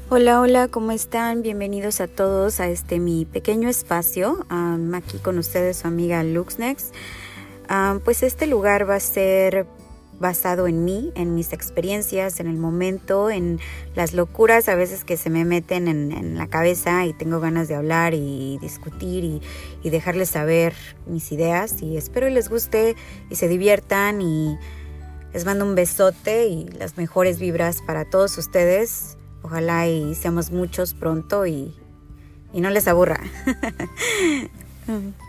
Hola, hola, ¿cómo están? Bienvenidos a todos a mi pequeño espacio. Aquí con ustedes su amiga Luxnex. Pues este lugar va a ser basado en mí, en mis experiencias, en el momento, en las locuras a veces que se me meten en la cabeza y tengo ganas de hablar y discutir y dejarles saber mis ideas. Y espero les guste y se diviertan y les mando un besote y las mejores vibras para todos ustedes. Ojalá y seamos muchos pronto y no les aburra.